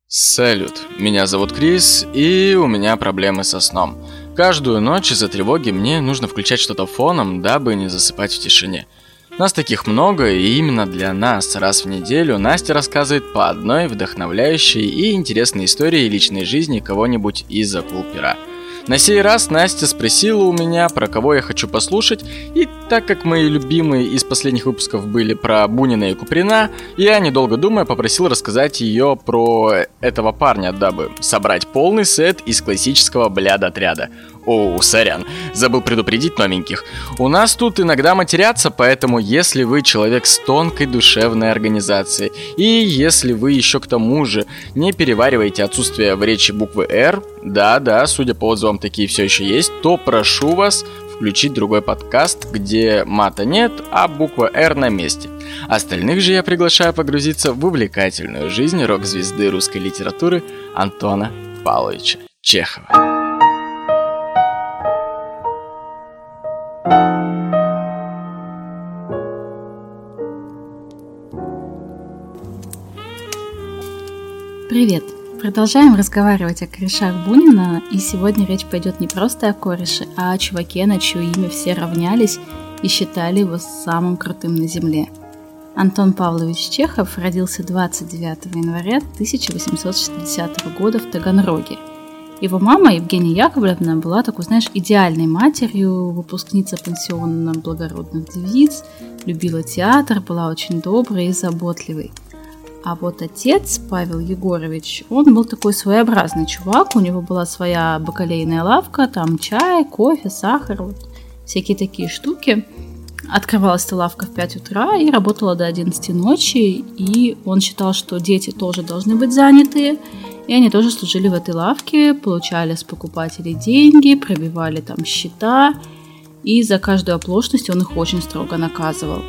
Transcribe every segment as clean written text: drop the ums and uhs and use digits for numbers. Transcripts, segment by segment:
Салют, меня зовут Крис, и у меня проблемы со сном. Каждую ночь из-за тревоги мне нужно включать что-то фоном, дабы не засыпать в тишине. Нас таких много, и именно для нас раз в неделю Настя рассказывает по одной вдохновляющей и интересной истории личной жизни кого-нибудь из акул-пера. На сей раз Настя спросила у меня, про кого я хочу послушать, и так как мои любимые из последних выпусков были про Бунина и Куприна, я, недолго думая, попросил рассказать ее про этого парня, дабы собрать полный сет из классического бляд-отряда. Сорян, забыл предупредить новеньких. У нас тут иногда матерятся, поэтому если вы человек с тонкой душевной организацией, и если вы еще к тому же не перевариваете отсутствие в речи буквы «Р», да, судя по отзывам, такие все еще есть, то прошу вас включить другой подкаст, где мата нет, а буква «Р» на месте. Остальных же я приглашаю погрузиться в увлекательную жизнь рок-звезды русской литературы Антона Павловича Чехова. Привет! Продолжаем разговаривать о корешах Бунина, и сегодня речь пойдет не просто о кореше, а о чуваке, на чье имя все равнялись и считали его самым крутым на земле. Антон Павлович Чехов родился 29 января 1860 года в Таганроге. Его мама, Евгения Яковлевна, была такой, идеальной матерью, выпускница пансиона благородных девиц, любила театр, была очень доброй и заботливой. А вот отец, Павел Егорович, он был такой своеобразный чувак, у него была своя бакалейная лавка, там чай, кофе, сахар, всякие такие штуки. Открывалась эта лавка в 5 утра и работала до 11 ночи, и он считал, что дети тоже должны быть заняты, и они тоже служили в этой лавке, получали с покупателей деньги, пробивали там счета, и за каждую оплошность он их очень строго наказывал.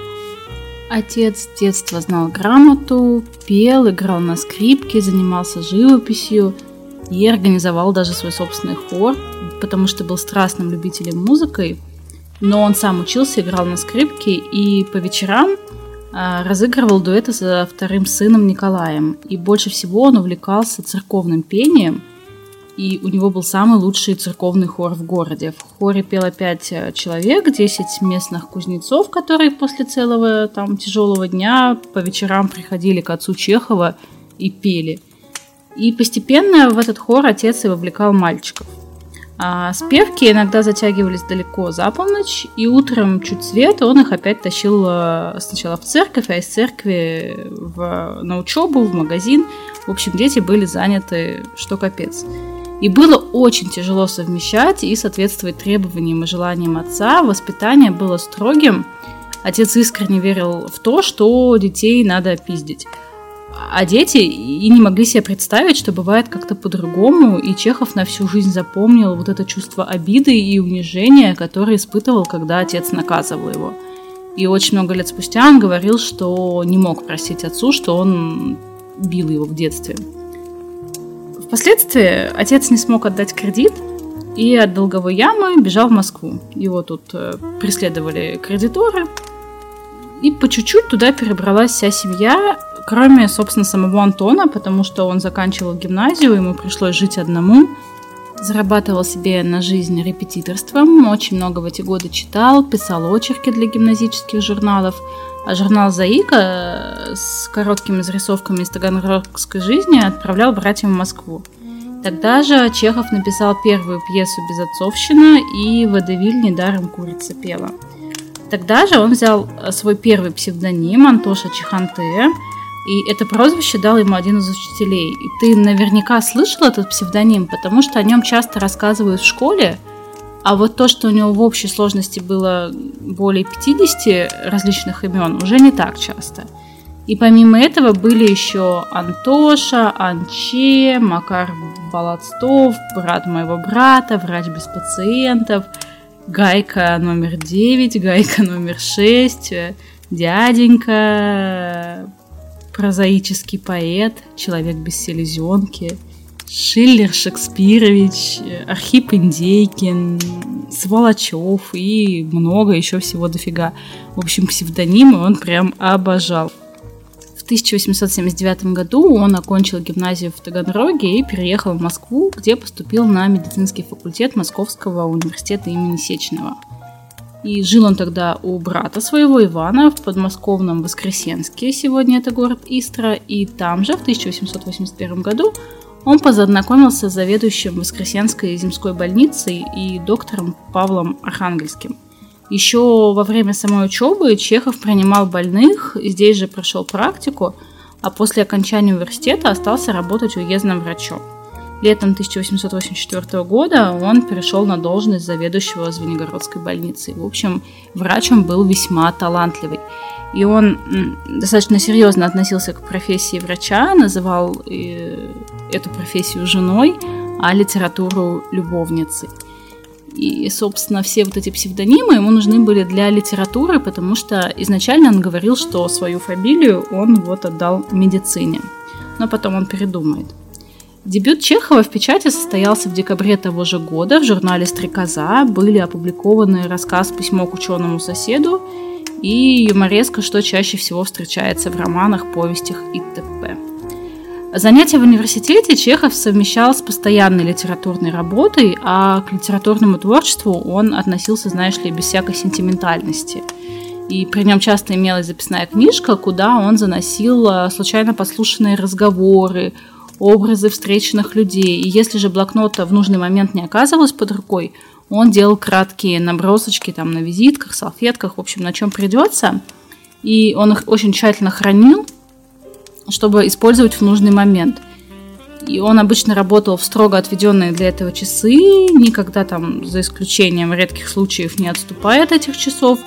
Отец с детства знал грамоту, пел, играл на скрипке, занимался живописью и организовал даже свой собственный хор, потому что был страстным любителем музыки, но он сам учился, играл на скрипке и по вечерам разыгрывал дуэты со вторым сыном Николаем. И больше всего он увлекался церковным пением, и у него был самый лучший церковный хор в городе. В хоре пело 5 человек, 10 местных кузнецов, которые после целого тяжелого дня по вечерам приходили к отцу Чехова и пели. И постепенно в этот хор отец и вовлекал мальчиков. А спевки иногда затягивались далеко за полночь, и утром чуть свет он их опять тащил сначала в церковь, а из церкви на учебу, в магазин. В общем, дети были заняты что капец. И было очень тяжело совмещать и соответствовать требованиям и желаниям отца. Воспитание было строгим. Отец искренне верил в то, что детей надо пиздить. А дети и не могли себе представить, что бывает как-то по-другому. И Чехов на всю жизнь запомнил вот это чувство обиды и унижения, которое испытывал, когда отец наказывал его. И очень много лет спустя он говорил, что не мог простить отцу, что он бил его в детстве. Впоследствии отец не смог отдать кредит и от долговой ямы бежал в Москву. Его тут преследовали кредиторы, и по чуть-чуть туда перебралась вся семья, кроме, собственно, самого Антона, потому что он заканчивал гимназию, ему пришлось жить одному. Зарабатывал себе на жизнь репетиторством, очень много в эти годы читал, писал очерки для гимназических журналов. А журнал «Заика» с короткими зарисовками из таганрогской жизни отправлял братьям в Москву. Тогда же Чехов написал первую пьесу «Безотцовщина», и водевиль «Недаром курица пела». Тогда же он взял свой первый псевдоним Антоша Чеханте, и это прозвище дал ему один из учителей. И ты наверняка слышал этот псевдоним, потому что о нем часто рассказывают в школе. А вот то, что у него в общей сложности было более 50 различных имен, уже не так часто. И помимо этого были еще Антоша, Анче, Макар Балацтов, брат моего брата, врач без пациентов, Гайка номер 9, Гайка номер 6, дяденька, прозаический поэт, человек без селезенки, Шиллер Шекспирович, Архип Индейкин, Сволочев и много еще всего дофига. В общем, псевдонимы он прям обожал. В В 1879 году он окончил гимназию в Таганроге и переехал в Москву, где поступил на медицинский факультет Московского университета имени Сеченова. И жил он тогда у брата своего Ивана в подмосковном Воскресенске, сегодня это город Истра, и там же в 1881 году он познакомился с заведующим Воскресенской земской больницей и доктором Павлом Архангельским. Еще во время самой учебы Чехов принимал больных, здесь же прошел практику, а после окончания университета остался работать уездным врачом. Летом 1884 года он перешел на должность заведующего Звенигородской больницей. В общем, врач он был весьма талантливый. И он достаточно серьезно относился к профессии врача, называл эту профессию женой, а литературу любовницей. И, собственно, все вот эти псевдонимы ему нужны были для литературы, потому что изначально он говорил, что свою фамилию он отдал медицине. Но потом он передумает. Дебют Чехова в печати состоялся в декабре того же года. В журнале «Стрекоза» были опубликованы рассказ «Письмо к ученому соседу» и юмореска, что чаще всего встречается в романах, повестях и т.п. Занятия в университете Чехов совмещал с постоянной литературной работой, а к литературному творчеству он относился, знаешь ли, без всякой сентиментальности. И при нем часто имелась записная книжка, куда он заносил случайно подслушанные разговоры, образы встреченных людей. И если же блокнота в нужный момент не оказывалось под рукой, он делал краткие набросочки там на визитках, салфетках, в общем, на чем придется. И он их очень тщательно хранил, чтобы использовать в нужный момент. И он обычно работал в строго отведенные для этого часы, никогда там, за исключением редких случаев, не отступая от этих часов.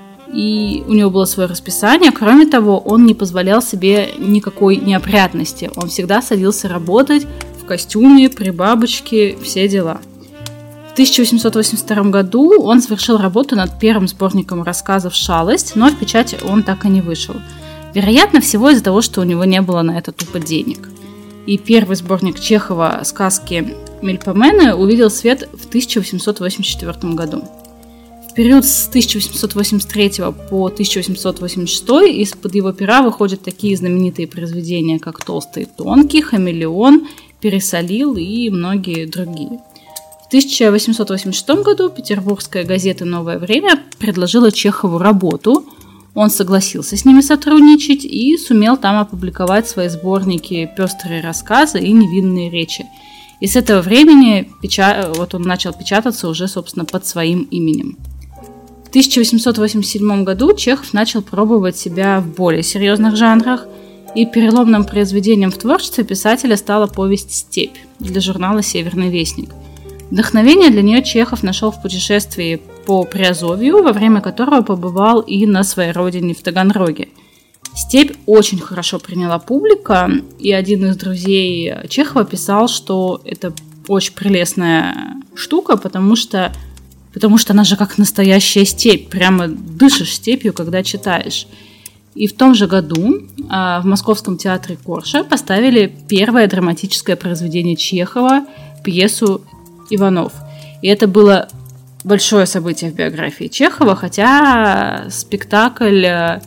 И у него было свое расписание. Кроме того, он не позволял себе никакой неопрятности. Он всегда садился работать в костюме, при бабочке, все дела. В 1882 году он завершил работу над первым сборником рассказов «Шалость», но в печать он так и не вышел. Вероятно, всего из-за того, что у него не было на это тупо денег. И первый сборник Чехова «Сказки Мельпомены» увидел свет в 1884 году. В период с 1883 по 1886 из-под его пера выходят такие знаменитые произведения, как «Толстый и тонкий», «Хамелеон», «Пересолил» и многие другие. В 1886 году петербургская газета «Новое время» предложила Чехову работу. Он согласился с ними сотрудничать и сумел там опубликовать свои сборники «Пестрые рассказы» и «Невинные речи». И с этого времени он начал печататься уже, собственно, под своим именем. В 1887 году Чехов начал пробовать себя в более серьезных жанрах, и переломным произведением в творчестве писателя стала повесть «Степь» для журнала «Северный вестник». Вдохновение для нее Чехов нашел в путешествии по Приазовью, во время которого побывал и на своей родине в Таганроге. «Степь» очень хорошо приняла публика, и один из друзей Чехова писал, что это очень прелестная штука, потому что она же как настоящая степь, прямо дышишь степью, когда читаешь. И в том же году в Московском театре Корша поставили первое драматическое произведение Чехова, пьесу «Иванов». И это было большое событие в биографии Чехова, хотя спектакль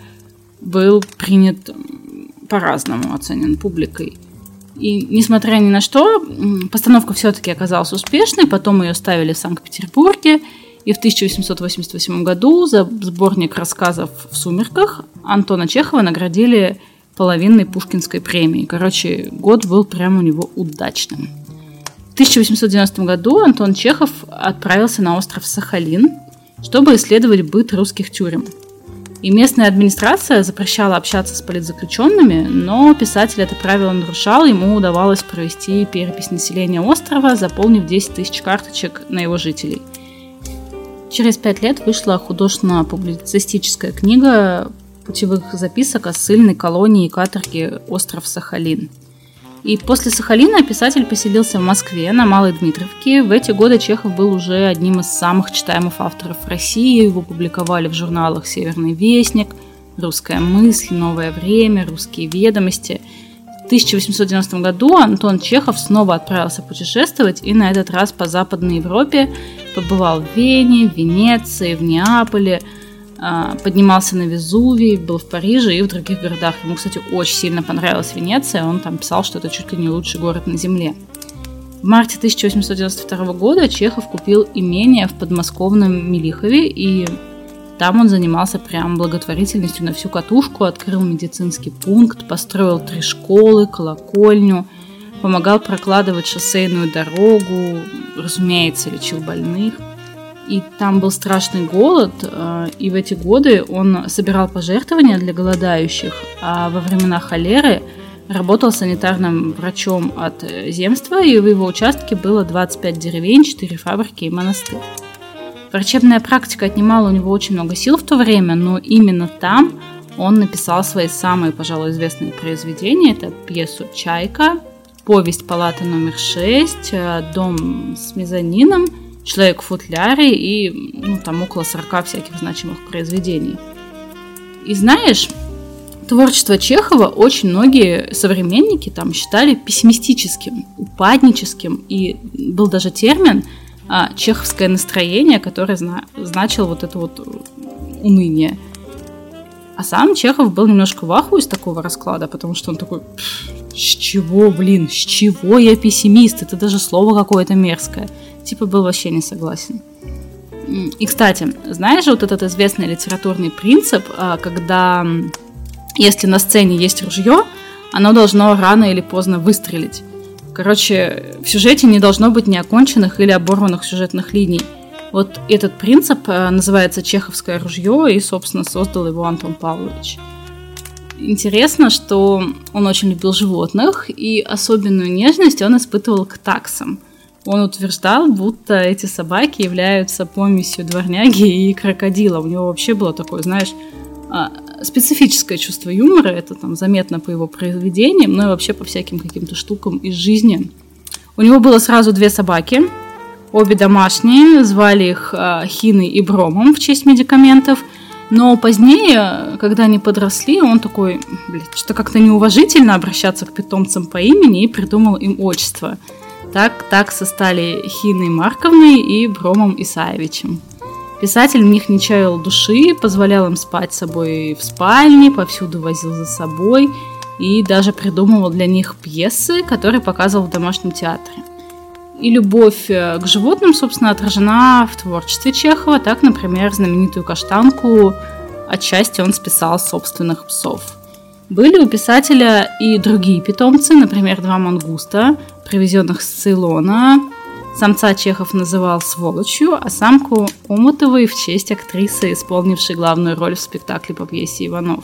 был принят по-разному, оценен публикой. И несмотря ни на что, постановка все-таки оказалась успешной, потом ее ставили в Санкт-Петербурге, и в 1888 году за сборник рассказов «В сумерках» Антона Чехова наградили половинной Пушкинской премией. Короче, год был прямо у него удачным. В 1890 году Антон Чехов отправился на остров Сахалин, чтобы исследовать быт русских тюрем. И местная администрация запрещала общаться с политзаключенными, но писатель это правило нарушал, ему удавалось провести перепись населения острова, заполнив 10 тысяч карточек на его жителей. Через 5 лет вышла художественно-публицистическая книга путевых записок о ссыльной колонии и каторге остров Сахалин. И после Сахалина писатель поселился в Москве, на Малой Дмитровке. В эти годы Чехов был уже одним из самых читаемых авторов России. Его публиковали в журналах «Северный вестник», «Русская мысль», «Новое время», «Русские ведомости». В 1890 году Антон Чехов снова отправился путешествовать и на этот раз по Западной Европе. Побывал в Вене, в Венеции, в Неаполе. поднимался на Везувий, был в Париже и в других городах. Ему, кстати, очень сильно понравилась Венеция, он там писал, что это чуть ли не лучший город на Земле. В марте 1892 года Чехов купил имение в подмосковном Мелихове, и там он занимался прям благотворительностью на всю катушку, открыл медицинский пункт, построил 3 школы, колокольню, помогал прокладывать шоссейную дорогу, разумеется, лечил больных. И там был страшный голод, и в эти годы он собирал пожертвования для голодающих, а во времена холеры работал санитарным врачом от земства, и в его участке было 25 деревень, 4 фабрики и монастырь. Врачебная практика отнимала у него очень много сил в то время, но именно там он написал свои самые, пожалуй, известные произведения. Это пьесу «Чайка», повесть «Палата номер 6», «Дом с мезонином», «Человек в футляре» и там около 40 всяких значимых произведений. И знаешь, творчество Чехова очень многие современники там считали пессимистическим, упадническим, и был даже термин чеховское настроение, который значил вот это вот уныние. А сам Чехов был немножко в ахуе из такого расклада, потому что он такой: с чего я пессимист? Это даже слово какое-то мерзкое. Типа был вообще не согласен. И, кстати, знаешь вот этот известный литературный принцип, когда если на сцене есть ружье, оно должно рано или поздно выстрелить. Короче, в сюжете не должно быть неоконченных или оборванных сюжетных линий. Вот этот принцип называется чеховское ружье, и, собственно, создал его Антон Павлович. Интересно, что он очень любил животных, и особенную нежность он испытывал к таксам. Он утверждал, будто эти собаки являются помесью дворняги и крокодила. У него вообще было такое, знаешь, специфическое чувство юмора, это там заметно по его произведениям, но и вообще по всяким каким-то штукам из жизни. У него было сразу 2 собаки, обе домашние, звали их Хиной и Бромом в честь медикаментов, но позднее, когда они подросли, он такой: что как-то неуважительно обращаться к питомцам по имени, и придумал им отчество. Так стали Хиной Марковной и Бромом Исаевичем. Писатель в них не чаял души, позволял им спать с собой в спальне, повсюду возил за собой и даже придумывал для них пьесы, которые показывал в домашнем театре. И любовь к животным, собственно, отражена в творчестве Чехова. Так, например, знаменитую «Каштанку» отчасти он списал с собственных псов. Были у писателя и другие питомцы, например, 2 мангуста, привезенных с Цейлона. Самца Чехов называл сволочью, а самку Омутовой в честь актрисы, исполнившей главную роль в спектакле по пьесе «Иванов».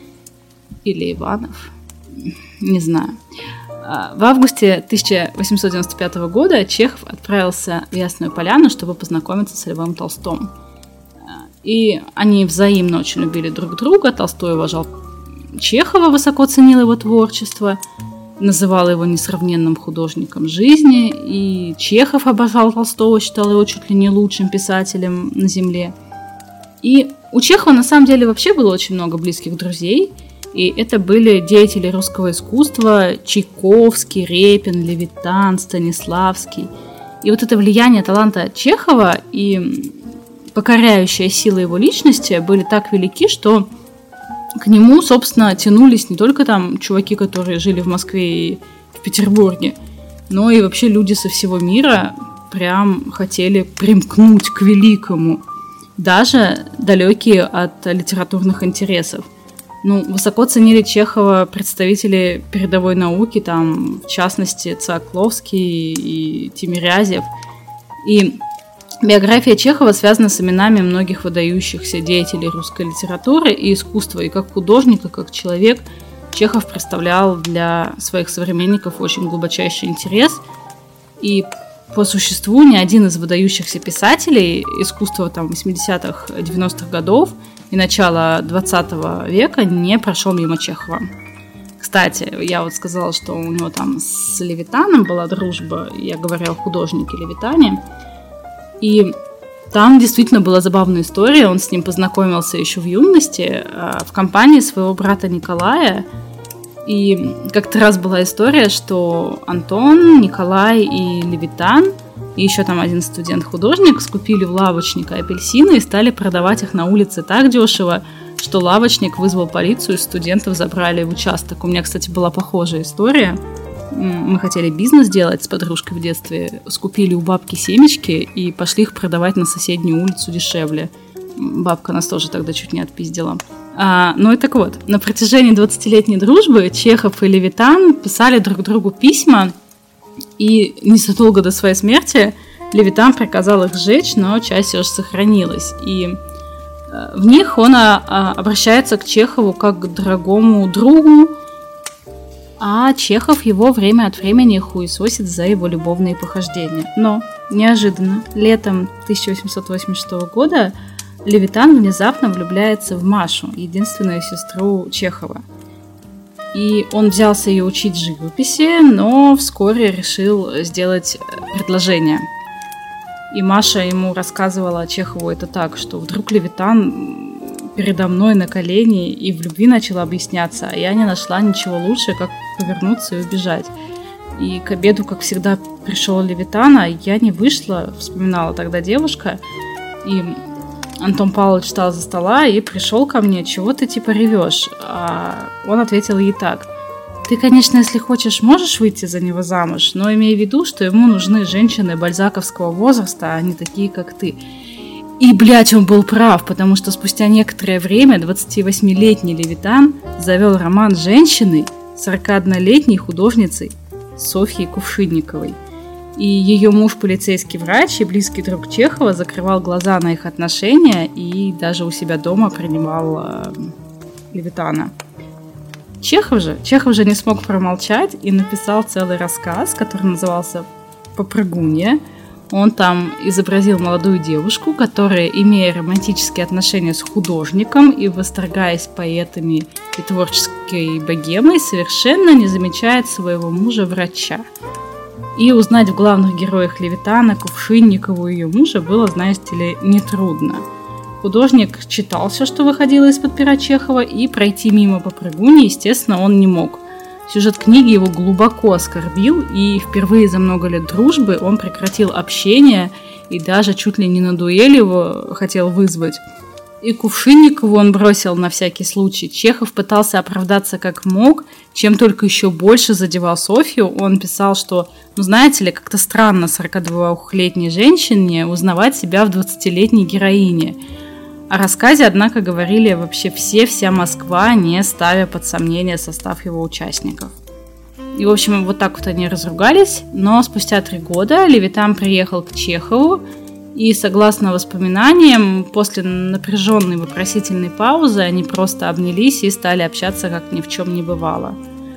Или Иванов. Не знаю. В августе 1895 года Чехов отправился в Ясную Поляну, чтобы познакомиться с Львом Толстым. И они взаимно очень любили друг друга. Толстой уважал Чехова, высоко ценил его творчество, называл его несравненным художником жизни, и Чехов обожал Толстого, считал его чуть ли не лучшим писателем на земле. И у Чехова на самом деле вообще было очень много близких друзей, и это были деятели русского искусства: Чайковский, Репин, Левитан, Станиславский. И вот это влияние таланта Чехова и покоряющая сила его личности были так велики, что к нему, собственно, тянулись не только там чуваки, которые жили в Москве и в Петербурге, но и вообще люди со всего мира прям хотели примкнуть к великому, даже далекие от литературных интересов. Высоко ценили Чехова представители передовой науки, там, в частности, Циолковский и Тимирязев. И биография Чехова связана с именами многих выдающихся деятелей русской литературы и искусства, и как художник, и как человек Чехов представлял для своих современников очень глубочайший интерес. И по существу ни один из выдающихся писателей искусства 80-х, 90-х годов и начала 20 века не прошел мимо Чехова. Кстати, я вот сказала, что у него там с Левитаном была дружба, я говорю о художнике Левитане. И там действительно была забавная история. Он с ним познакомился еще в юности в компании своего брата Николая. И как-то раз была история, что Антон, Николай и Левитан и еще там один студент-художник скупили в лавочника апельсины и стали продавать их на улице так дешево, что лавочник вызвал полицию, и студентов забрали в участок. У меня, кстати, была похожая история. Мы хотели бизнес делать с подружкой в детстве, скупили у бабки семечки и пошли их продавать на соседнюю улицу дешевле. Бабка нас тоже тогда чуть не отпиздила. Ну и так вот, на протяжении 20-летней дружбы Чехов и Левитан писали друг другу письма, и незадолго до своей смерти Левитан приказал их сжечь, но часть все же сохранилась. И в них он обращается к Чехову как к дорогому другу, а Чехов его время от времени хуесосит за его любовные похождения. Но неожиданно, летом 1886 года Левитан внезапно влюбляется в Машу, единственную сестру Чехова. И он взялся ее учить живописи, но вскоре решил сделать предложение. И Маша ему рассказывала Чехову это так, что вдруг Левитан передо мной на колени и в любви начал объясняться, а я не нашла ничего лучше, как повернуться и убежать. И к обеду, как всегда, пришел Левитан, а я не вышла, вспоминала тогда девушка, и Антон Павлович встал за стола и пришел ко мне: чего ты типа ревешь? А он ответил ей так: ты, конечно, если хочешь, можешь выйти за него замуж, но имей в виду, что ему нужны женщины бальзаковского возраста, а не такие, как ты. И, блядь, он был прав, потому что спустя некоторое время 28-летний Левитан завел роман с женщиной, 41-летней художницей Софьей Кувшинниковой. И ее муж, полицейский врач и близкий друг Чехова, закрывал глаза на их отношения и даже у себя дома принимал Левитана. Чехов же не смог промолчать и написал целый рассказ, который назывался «Попрыгунья». Он там изобразил молодую девушку, которая, имея романтические отношения с художником и восторгаясь поэтами и творческой богемой, совершенно не замечает своего мужа-врача. И узнать в главных героях Левитана, Кувшинникову и ее мужа было, знаете ли, нетрудно. Художник читал все, что выходило из-под пера Чехова, и пройти мимо попрыгуни, естественно, он не мог. Сюжет книги его глубоко оскорбил, и впервые за много лет дружбы он прекратил общение и даже чуть ли не на дуэль его хотел вызвать. И Кувшинникову он бросил на всякий случай. Чехов пытался оправдаться как мог, чем только еще больше задевал Софью. Он писал, что, знаете ли, как-то странно 42-летней женщине узнавать себя в 20-летней героине. О рассказе, однако, говорили вообще вся Москва, не ставя под сомнение состав его участников. И, в общем, вот так вот они разругались, но спустя 3 года Левитан приехал к Чехову, и, согласно воспоминаниям, после напряженной вопросительной паузы они просто обнялись и стали общаться, как ни в чем не бывало.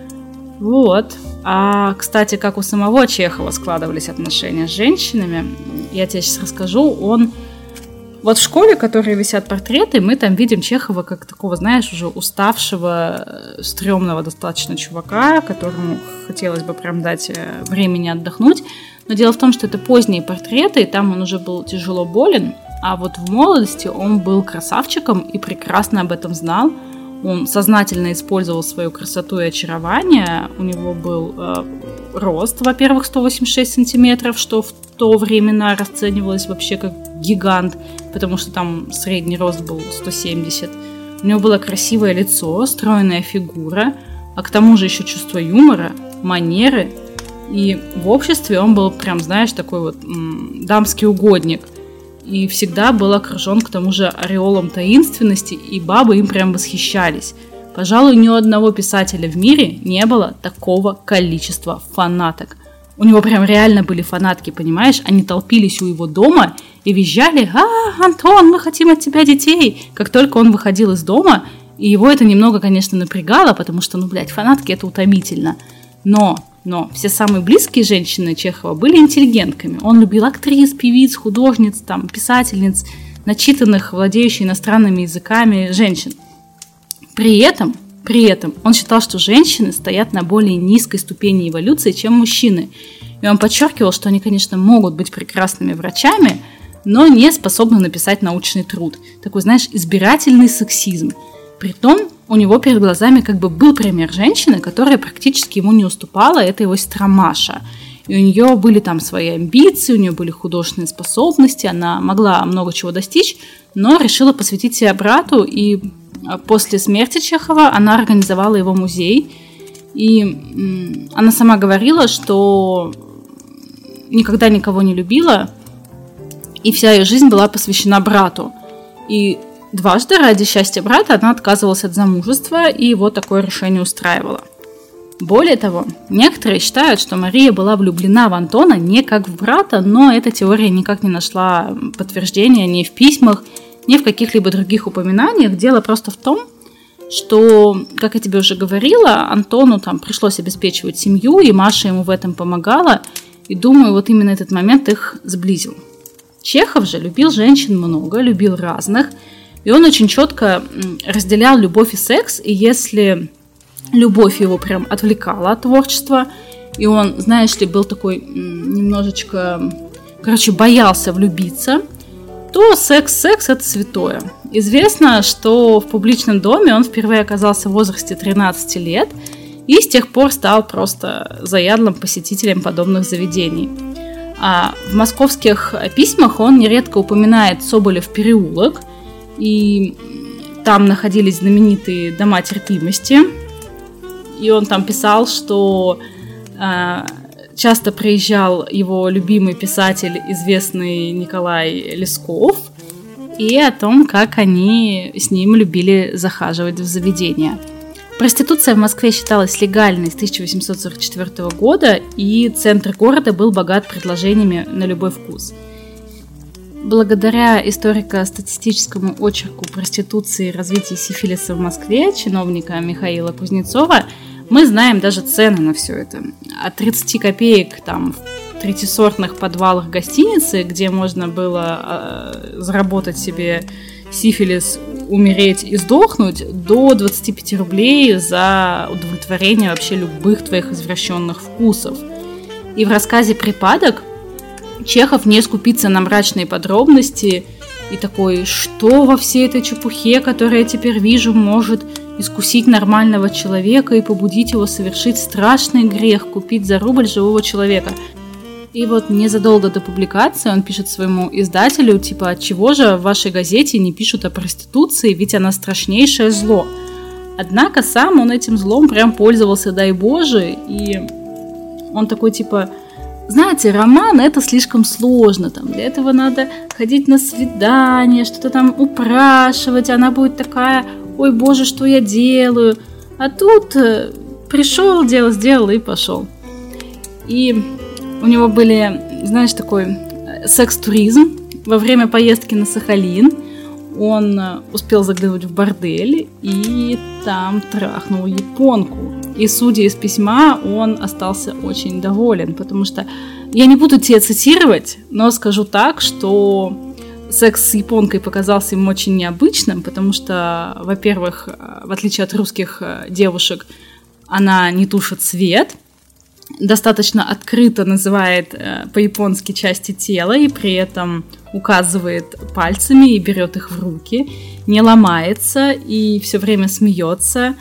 Вот. А, кстати, как у самого Чехова складывались отношения с женщинами, я тебе сейчас расскажу. Вот в школе, в которой висят портреты, мы там видим Чехова как такого, знаешь, уже уставшего, стрёмного достаточно чувака, которому хотелось бы прям дать времени отдохнуть. Но дело в том, что это поздние портреты, и там он уже был тяжело болен, а вот в молодости он был красавчиком и прекрасно об этом знал. Он сознательно использовал свою красоту и очарование. У него был рост, во-первых, 186 сантиметров, что в то времена расценивалось вообще как гигант, потому что там средний рост был 170. У него было красивое лицо, стройная фигура, а к тому же еще чувство юмора, манеры. И в обществе он был прям, знаешь, такой вот дамский угодник. И всегда был окружен к тому же ореолом таинственности, и бабы им прям восхищались. Пожалуй, ни у одного писателя в мире не было такого количества фанаток. У него прям реально были фанатки, понимаешь? Они толпились у его дома и визжали: Антон, мы хотим от тебя детей!» Как только он выходил из дома, и его это немного, конечно, напрягало, потому что, фанатки — это утомительно. Но все самые близкие женщины Чехова были интеллигентками. Он любил актрис, певиц, художниц, писательниц, начитанных, владеющих иностранными языками женщин. При этом он считал, что женщины стоят на более низкой ступени эволюции, чем мужчины. И он подчеркивал, что они, конечно, могут быть прекрасными врачами, но не способны написать научный труд. Такой, знаешь, избирательный сексизм. Притом у него перед глазами как бы был пример женщины, которая практически ему не уступала, это его сестра Маша. И у нее были там свои амбиции, у нее были художественные способности, она могла много чего достичь, но решила посвятить себя брату, и после смерти Чехова она организовала его музей. И она сама говорила, что никогда никого не любила, и вся ее жизнь была посвящена брату. И дважды ради счастья брата она отказывалась от замужества, и его такое решение устраивало. Более того, некоторые считают, что Мария была влюблена в Антона не как в брата, но эта теория никак не нашла подтверждения ни в письмах, ни в каких-либо других упоминаниях. Дело просто в том, что, как я тебе уже говорила, Антону там пришлось обеспечивать семью, и Маша ему в этом помогала, и думаю, вот именно этот момент их сблизил. Чехов же любил женщин много, любил разных, и он очень четко разделял любовь и секс, и если любовь его прям отвлекала от творчества, и он, знаешь ли, был такой немножечко, боялся влюбиться, то секс это святое. Известно, что в публичном доме он впервые оказался в возрасте 13 лет и с тех пор стал просто заядлым посетителем подобных заведений. А в московских письмах он нередко упоминает Соболев переулок, и там находились знаменитые дома терпимости. И он там писал, что часто приезжал его любимый писатель, известный Николай Лесков, и о том, как они с ним любили захаживать в заведения. Проституция в Москве считалась легальной с 1844 года, и центр города был богат предложениями на любой вкус. Благодаря историко-статистическому очерку проституции и развития сифилиса в Москве чиновника Михаила Кузнецова мы знаем даже цены на все это. От 30 копеек там, в третьесортных подвалах гостиницы, где можно было заработать себе сифилис, умереть и сдохнуть, до 25 рублей за удовлетворение вообще любых твоих извращенных вкусов. И в рассказе «Припадок» Чехов не скупится на мрачные подробности и такой, что во всей этой чепухе, которую я теперь вижу, может искусить нормального человека и побудить его совершить страшный грех, купить за рубль живого человека. И вот незадолго до публикации он пишет своему издателю, типа, отчего же в вашей газете не пишут о проституции, ведь она страшнейшее зло. Однако сам он этим злом прям пользовался, дай Боже, и он такой, типа, знаете, роман это слишком сложно, там, для этого надо ходить на свидание, что-то там упрашивать, она будет такая, ой, Боже, что я делаю, а тут пришел, дело сделал и пошел. И у него были, знаешь, такой секс-туризм. Во время поездки на Сахалин он успел заглянуть в бордель и там трахнул японку. И, судя из письма, он остался очень доволен, потому что, я не буду тебя цитировать, но скажу так, что секс с японкой показался ему очень необычным, потому что, во-первых, в отличие от русских девушек, она не тушит свет, достаточно открыто называет по-японски части тела и при этом указывает пальцами и берет их в руки, не ломается и все время смеется.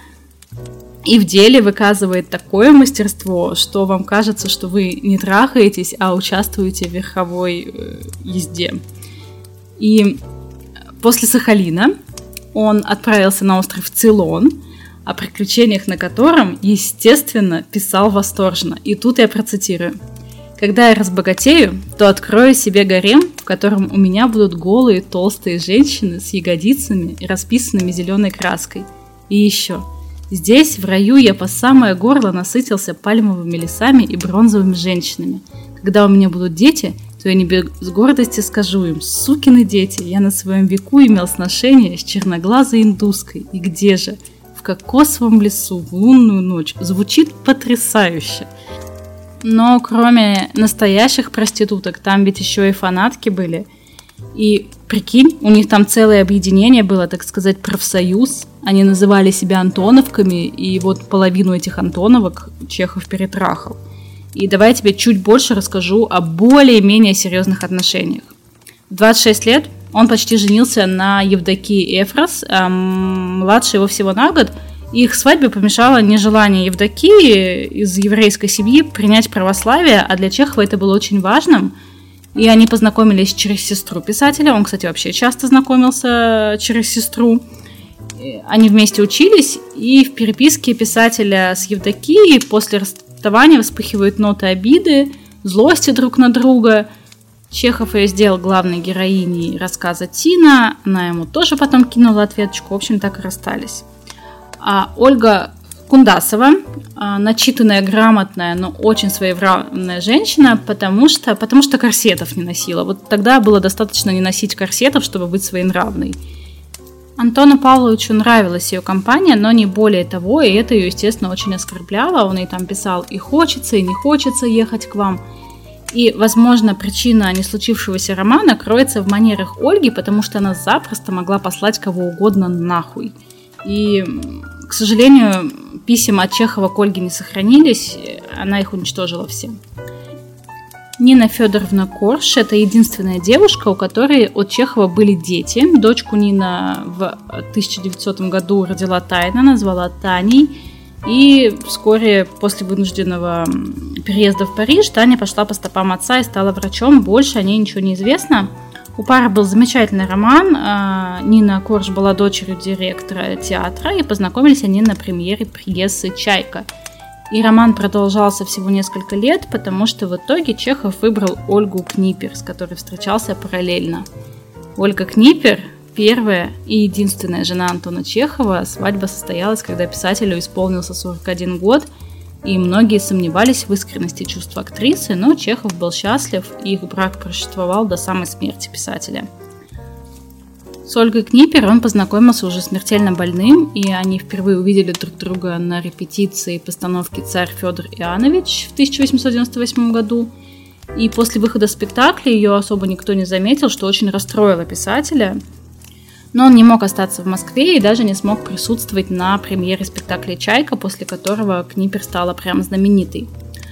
И в деле выказывает такое мастерство, что вам кажется, что вы не трахаетесь, а участвуете в верховой езде. И после Сахалина он отправился на остров Цейлон, о приключениях на котором, естественно, писал восторженно. И тут я процитирую. «Когда я разбогатею, то открою себе гарем, в котором у меня будут голые толстые женщины с ягодицами и расписанными зеленой краской. И еще. Здесь, в раю, я по самое горло насытился пальмовыми лесами и бронзовыми женщинами. Когда у меня будут дети, то я не без гордости скажу им, сукины дети, я на своем веку имел сношение с черноглазой индуской. И где же? В кокосовом лесу, в лунную ночь. Звучит потрясающе. Но кроме настоящих проституток, там ведь еще и фанатки были. И прикинь, у них там целое объединение было, так сказать, профсоюз. Они называли себя Антоновками, и вот половину этих Антоновок Чехов перетрахал. И давай я тебе чуть больше расскажу о более-менее серьезных отношениях. В 26 лет он почти женился на Евдокии Эфрос, младше его всего на год, Их свадьбе помешало нежелание Евдокии из еврейской семьи принять православие, а для Чехова это было очень важным. И они познакомились через сестру писателя. Он, кстати, вообще часто знакомился через сестру. Они вместе учились, и в переписке писателя с Евдокией после расставания вспыхивают ноты обиды, злости друг на друга. Чехов ее сделал главной героиней рассказа Тина. Она ему тоже потом кинула ответочку. В общем, так и расстались. А Ольга Кундасова, начитанная, грамотная, но очень своевременная женщина, потому что корсетов не носила. Вот тогда было достаточно не носить корсетов, чтобы быть своенравной. Антону Павловичу нравилась ее компания, но не более того, и это ее, естественно, очень оскорбляло. Он ей там писал: и хочется, и не хочется ехать к вам. И, возможно, причина не случившегося романа кроется в манерах Ольги, потому что она запросто могла послать кого угодно нахуй. И, к сожалению, писем от Чехова к Ольге не сохранились, она их уничтожила все. Нина Федоровна Корж – это единственная девушка, у которой от Чехова были дети. Дочку Нина в 1900 году родила тайно, назвала Таней. И вскоре после вынужденного переезда в Париж Таня пошла по стопам отца и стала врачом. Больше о ней ничего не известно. У пары был замечательный роман. Нина Корж была дочерью директора театра, и познакомились они на премьере пьесы «Чайка». И роман продолжался всего несколько лет, потому что в итоге Чехов выбрал Ольгу Книпер, с которой встречался параллельно. Ольга Книпер, первая и единственная жена Антона Чехова. Свадьба состоялась, когда писателю исполнился 41 год, и многие сомневались в искренности чувств актрисы, но Чехов был счастлив, и их брак просуществовал до самой смерти писателя. С Ольгой Книпер он познакомился уже смертельно больным, и они впервые увидели друг друга на репетиции постановки «Царь Федор Иоаннович» в 1898 году. И после выхода спектакля ее особо никто не заметил, что очень расстроило писателя. Но он не мог остаться в Москве и даже не смог присутствовать на премьере спектакля «Чайка», после которого Книпер стала прям знаменитой.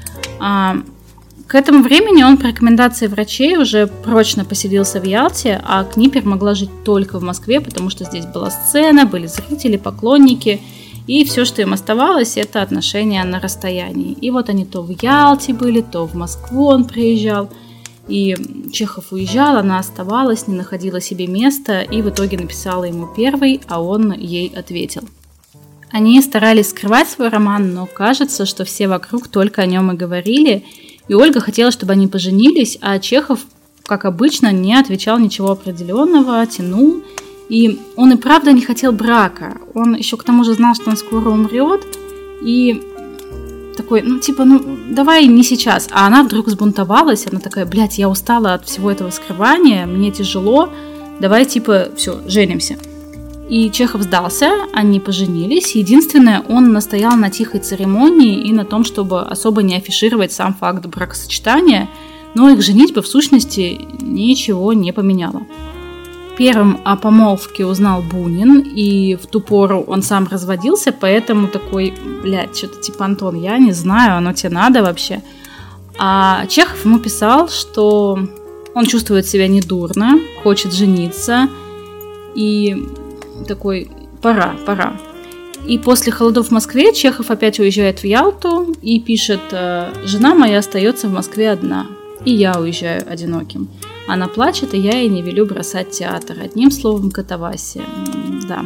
К этому времени он по рекомендации врачей уже прочно поселился в Ялте, а Книпер могла жить только в Москве, потому что здесь была сцена, были зрители, поклонники, и все, что им оставалось, это отношения на расстоянии. И вот они то в Ялте были, то в Москву он приезжал, и Чехов уезжал, она оставалась, не находила себе места, и в итоге написала ему первый, а он ей ответил. Они старались скрывать свой роман, но кажется, что все вокруг только о нем и говорили. И Ольга хотела, чтобы они поженились, а Чехов, как обычно, не отвечал ничего определенного, тянул. И он и правда не хотел брака. Он еще к тому же знал, что он скоро умрет. И такой, давай не сейчас. А она вдруг взбунтовалась. Она такая: блядь, я устала от всего этого скрывания, мне тяжело. Давай, все, женимся. И Чехов сдался, они поженились. Единственное, он настоял на тихой церемонии и на том, чтобы особо не афишировать сам факт бракосочетания, но их женитьба в сущности ничего не поменяла. Первым о помолвке узнал Бунин, и в ту пору он сам разводился, поэтому такой: блядь, что-то типа: Антон, я не знаю, оно тебе надо вообще. А Чехов ему писал, что он чувствует себя недурно, хочет жениться, и такой: пора. И после холодов в Москве Чехов опять уезжает в Ялту и пишет: «Жена моя остается в Москве одна, и я уезжаю одиноким. Она плачет, и я ей не велю бросать театр. Одним словом, катавасия». Да.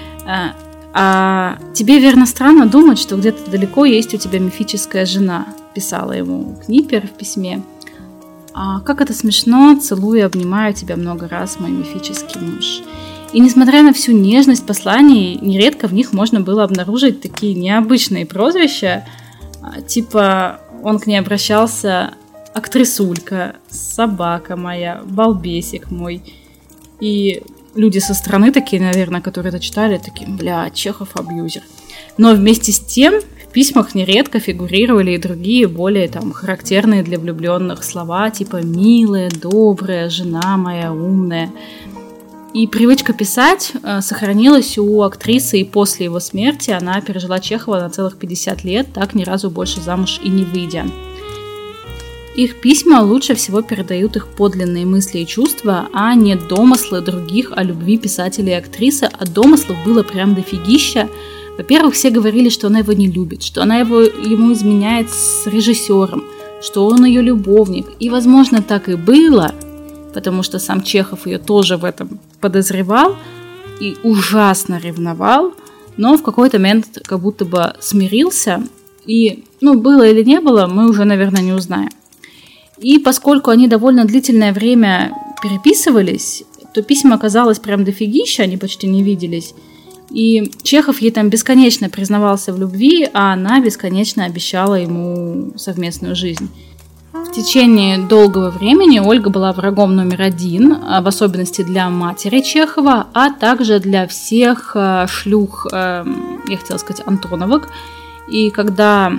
«А тебе, верно, странно думать, что где-то далеко есть у тебя мифическая жена», писала ему Книпер в письме. «А как это смешно, целую и обнимаю тебя много раз, мой мифический муж». И несмотря на всю нежность посланий, нередко в них можно было обнаружить такие необычные прозвища, типа он к ней обращался: актрисулька, собака моя, балбесик мой. И люди со стороны такие, наверное, которые это читали, такие: бля, Чехов абьюзер. Но вместе с тем в письмах нередко фигурировали и другие, более характерные для влюбленных слова, типа «милая», «добрая», «жена моя», «умная». И привычка писать сохранилась у актрисы и после его смерти. Она пережила Чехова на целых 50 лет, так ни разу больше замуж и не выйдя. Их письма лучше всего передают их подлинные мысли и чувства, а не домыслы других о любви писателя и актрисы, а домыслов было прям дофигища. Во-первых, все говорили, что она его не любит, что она ему изменяет с режиссером, что он ее любовник. И, возможно, так и было, потому что сам Чехов ее тоже в этом подозревал и ужасно ревновал, но в какой-то момент как будто бы смирился. И, было или не было, мы уже, наверное, не узнаем. И поскольку они довольно длительное время переписывались, то письма оказалось прям дофигища, они почти не виделись. И Чехов ей там бесконечно признавался в любви, а она бесконечно обещала ему совместную жизнь. В течение долгого времени Ольга была врагом номер один, в особенности для матери Чехова, а также для всех шлюх, я хотела сказать, Антоновок. И когда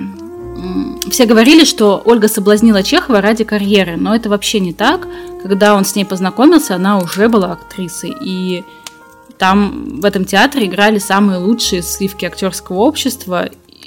все говорили, что Ольга соблазнила Чехова ради карьеры, но это вообще не так. Когда он с ней познакомился, она уже была актрисой, и там в этом театре играли самые лучшие сливки актерского общества,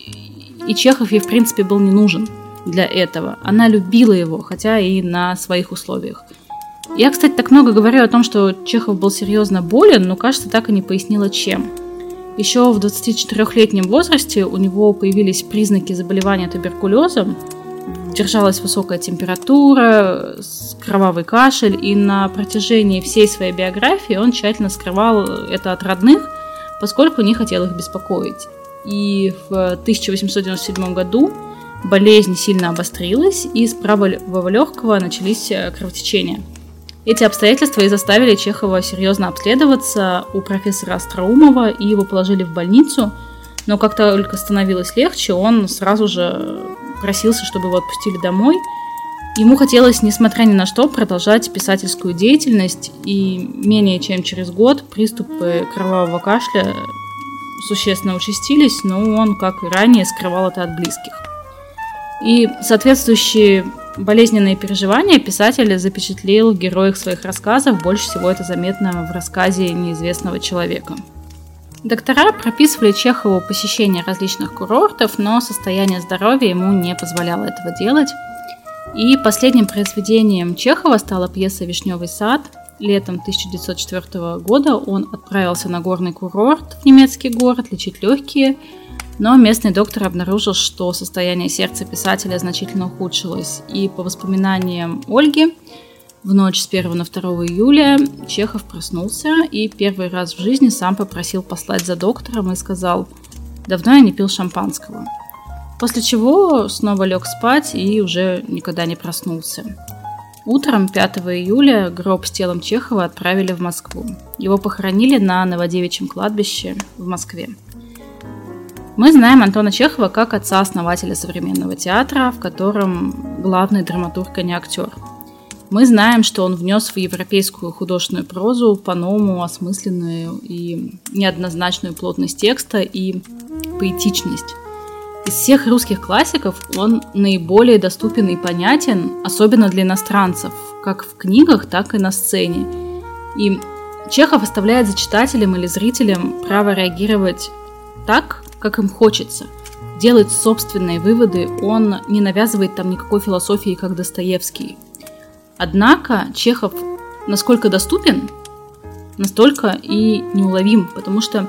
и Чехов ей, в принципе, был не нужен для этого. Она любила его, хотя и на своих условиях. Я, кстати, так много говорю о том, что Чехов был серьезно болен, но, кажется, так и не пояснила, чем. Еще в 24-летнем возрасте у него появились признаки заболевания туберкулезом, держалась высокая температура, кровавый кашель, и на протяжении всей своей биографии он тщательно скрывал это от родных, поскольку не хотел их беспокоить. И в 1897 году болезнь сильно обострилась, и с правого легкого начались кровотечения. Эти обстоятельства и заставили Чехова серьезно обследоваться у профессора Остроумова, и его положили в больницу, но как только становилось легче, он сразу же просился, чтобы его отпустили домой. Ему хотелось, несмотря ни на что, продолжать писательскую деятельность, и менее чем через год приступы кровавого кашля существенно участились, но он, как и ранее, скрывал это от близких. И соответствующие болезненные переживания писатель запечатлел в героях своих рассказов, больше всего это заметно в рассказе «Неизвестного человека». Доктора прописывали Чехову посещение различных курортов, но состояние здоровья ему не позволяло этого делать. И последним произведением Чехова стала пьеса «Вишневый сад». Летом 1904 года он отправился на горный курорт в немецкий город лечить легкие, но местный доктор обнаружил, что состояние сердца писателя значительно ухудшилось. И по воспоминаниям Ольги, в ночь с 1 на 2 июля Чехов проснулся и первый раз в жизни сам попросил послать за доктором и сказал: «Давно я не пил шампанского». После чего снова лег спать и уже никогда не проснулся. Утром 5 июля гроб с телом Чехова отправили в Москву. Его похоронили на Новодевичьем кладбище в Москве. Мы знаем Антона Чехова как отца-основателя современного театра, в котором главный драматург, а не актер. Мы знаем, что он внес в европейскую художественную прозу по-новому осмысленную и неоднозначную плотность текста и поэтичность. Из всех русских классиков он наиболее доступен и понятен, особенно для иностранцев, как в книгах, так и на сцене. И Чехов оставляет за читателем или зрителем право реагировать так, как им хочется, делать собственные выводы, он не навязывает там никакой философии, как Достоевский. Однако Чехов насколько доступен, настолько и неуловим, потому что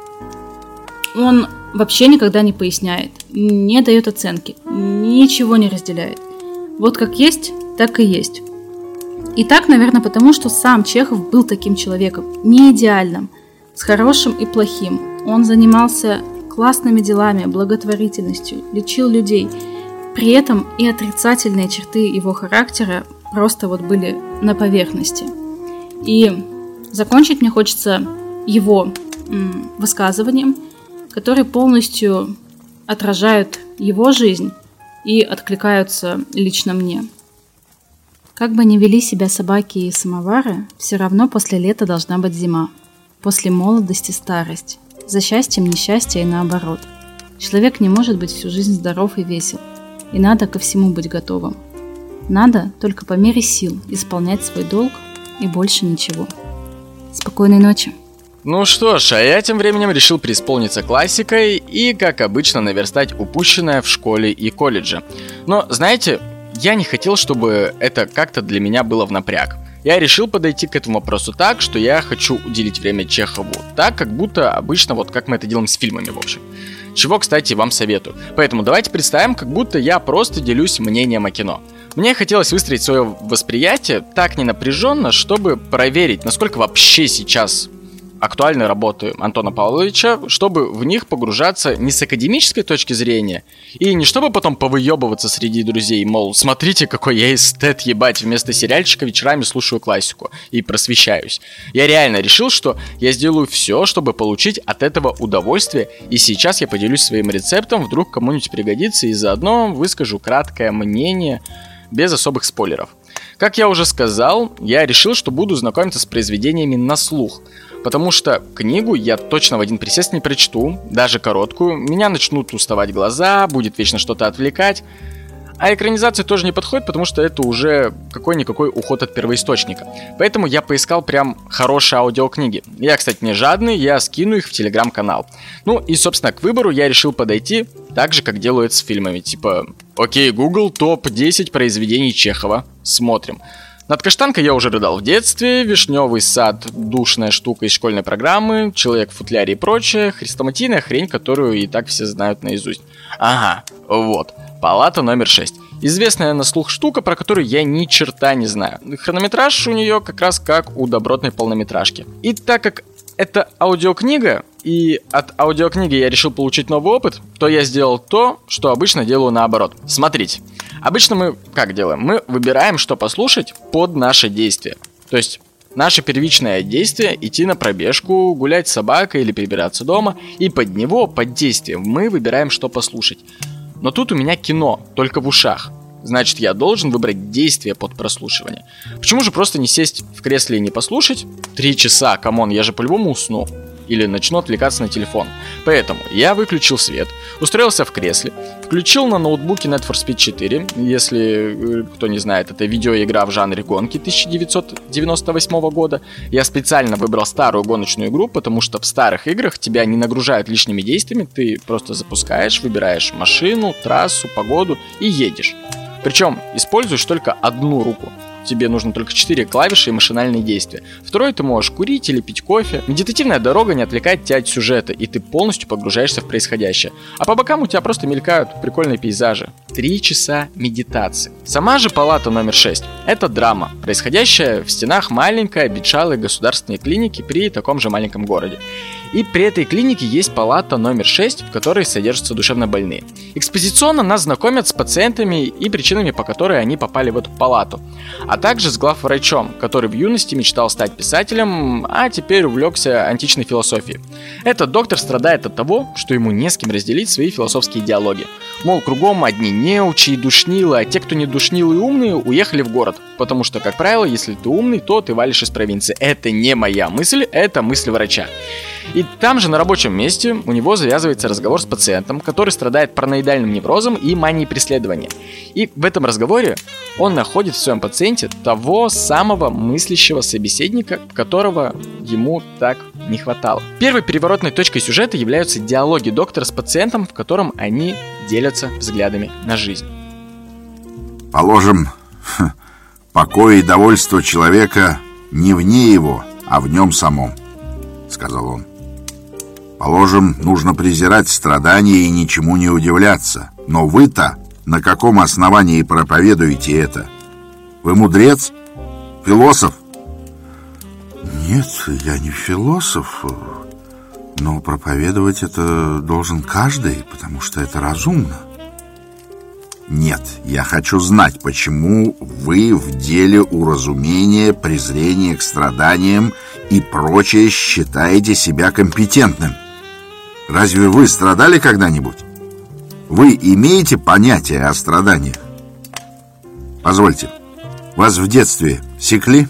он вообще никогда не поясняет, не дает оценки, ничего не разделяет. Вот как есть, так и есть. И так, наверное, потому что сам Чехов был таким человеком, не идеальным, с хорошим и плохим. Он занимался классными делами, благотворительностью, лечил людей. При этом и отрицательные черты его характера просто вот были на поверхности. И закончить мне хочется его высказыванием, которые полностью отражают его жизнь и откликаются лично мне. Как бы ни вели себя собаки и самовары, все равно после лета должна быть зима, после молодости старость, за счастьем несчастье и наоборот. Человек не может быть всю жизнь здоров и весел, и надо ко всему быть готовым. Надо только по мере сил исполнять свой долг и больше ничего. Спокойной ночи. Ну что ж, а я тем временем решил преисполниться классикой и, как обычно, наверстать упущенное в школе и колледже. Но, знаете, я не хотел, чтобы это как-то для меня было в напряг. Я решил подойти к этому вопросу так, что я хочу уделить время Чехову, так, как будто обычно, вот как мы это делаем с фильмами, в общем. Чего, кстати, вам советую. Поэтому давайте представим, как будто я просто делюсь мнением о кино. Мне хотелось выстроить свое восприятие так ненапряженно, чтобы проверить, насколько вообще сейчас актуальны работы Антона Павловича, чтобы в них погружаться не с академической точки зрения, и не чтобы потом повыебываться среди друзей, мол, смотрите, какой я эстет, ебать, вместо сериальчика вечерами слушаю классику и просвещаюсь. Я реально решил, что я сделаю все, чтобы получить от этого удовольствие, и сейчас я поделюсь своим рецептом, вдруг кому-нибудь пригодится, и заодно выскажу краткое мнение без особых спойлеров. Как я уже сказал, я решил, что буду знакомиться с произведениями на слух, потому что книгу я точно в один присест не прочту, даже короткую, меня начнут уставать глаза, будет вечно что-то отвлекать. А экранизация тоже не подходит, потому что это уже какой-никакой уход от первоисточника. Поэтому я поискал прям хорошие аудиокниги. Я, кстати, не жадный, я скину их в телеграм-канал. Ну и, собственно, к выбору я решил подойти так же, как делают с фильмами. Типа, окей, Google, топ-10 произведений Чехова. Смотрим. Над Каштанкой я уже рыдал в детстве, Вишневый сад, душная штука из школьной программы, Человек в футляре и прочее, хрестоматийная хрень, которую и так все знают наизусть. Ага, вот, Палата номер 6. Известная на слух штука, про которую я ни черта не знаю. Хронометраж у нее как раз как у добротной полнометражки. И так как это аудиокнига, и от аудиокниги я решил получить новый опыт, то я сделал то, что обычно делаю наоборот. Смотрите, обычно мы как делаем? Мы выбираем, что послушать под наше действие. То есть наше первичное действие – идти на пробежку, гулять с собакой или прибираться дома, и под него, под действием, мы выбираем, что послушать. Но тут у меня кино, только в ушах. Значит, я должен выбрать действие под прослушивание. Почему же просто не сесть в кресле и не послушать? 3 часа, камон, я же по-любому усну. Или начну отвлекаться на телефон. Поэтому я выключил свет, устроился в кресле, включил на ноутбуке Need for Speed 4. Если кто не знает, это видеоигра в жанре гонки 1998 года. Я специально выбрал старую гоночную игру, потому что в старых играх тебя не нагружают лишними действиями. Ты просто запускаешь, выбираешь машину, трассу, погоду и едешь. Причем используешь только одну руку. Тебе нужно только 4 клавиши и машинальные действия. Второй ты можешь курить или пить кофе. Медитативная дорога не отвлекает тебя от сюжета, и ты полностью погружаешься в происходящее. А по бокам у тебя просто мелькают прикольные пейзажи. 3 часа медитации. Сама же Палата номер 6 – это драма, происходящая в стенах маленькой обветшалой государственной клиники при таком же маленьком городе. И при этой клинике есть палата номер 6, в которой содержатся душевнобольные. Экспозиционно нас знакомят с пациентами и причинами, по которой они попали в эту палату. А также с главврачом, который в юности мечтал стать писателем, а теперь увлекся античной философией. Этот доктор страдает от того, что ему не с кем разделить свои философские диалоги. Мол, кругом одни неучи и душнилы, а те, кто не душнилы и умные, уехали в город. Потому что, как правило, если ты умный, то ты валишь из провинции. Это не моя мысль, это мысль врача. И там же на рабочем месте у него завязывается разговор с пациентом, который страдает параноидальным неврозом и манией преследования. И в этом разговоре он находит в своем пациенте того самого мыслящего собеседника, которого ему так не хватало. Первой переворотной точкой сюжета являются диалоги доктора с пациентом, в котором они делятся взглядами на жизнь. Положим, покой и довольство человека не вне его, а в нем самом, сказал он. Положим, нужно презирать страдания и ничему не удивляться. Но вы-то на каком основании проповедуете это? Вы мудрец? Философ? Нет, я не философ. Но проповедовать это должен каждый, потому что это разумно. Нет, я хочу знать, почему вы в деле уразумения, презрения к страданиям и прочее считаете себя компетентным. Разве вы страдали когда-нибудь? Вы имеете понятие о страданиях? Позвольте, вас в детстве секли?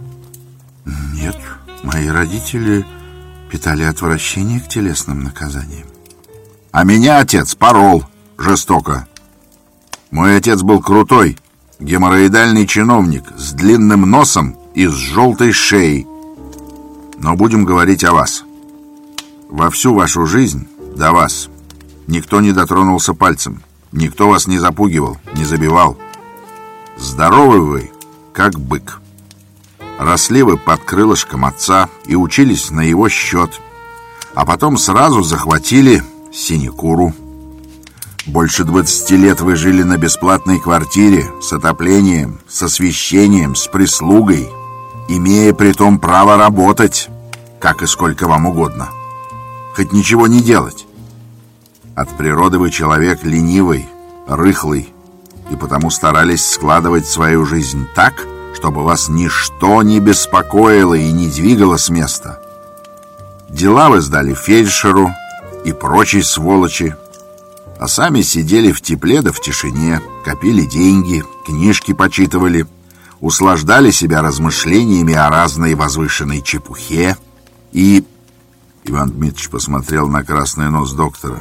Нет, мои родители питали отвращение к телесным наказаниям. А меня отец порол жестоко. Мой отец был крутой, геморроидальный чиновник с длинным носом и с желтой шеей. Но будем говорить о вас. Во всю вашу жизнь до вас никто не дотронулся пальцем, никто вас не запугивал, не забивал. Здоровы вы, как бык. Росли вы под крылышком отца и учились на его счет, а потом сразу захватили синекуру. Больше 20 лет вы жили на бесплатной квартире, с отоплением, с освещением, с прислугой, имея притом право работать, как и сколько вам угодно. Хоть ничего не делать. От природы вы человек ленивый, рыхлый, и потому старались складывать свою жизнь так, чтобы вас ничто не беспокоило и не двигало с места. Дела вы сдали фельдшеру и прочей сволочи, а сами сидели в тепле да в тишине, копили деньги, книжки почитывали, услаждали себя размышлениями о разной возвышенной чепухе и... Иван Дмитрич посмотрел на красный нос доктора.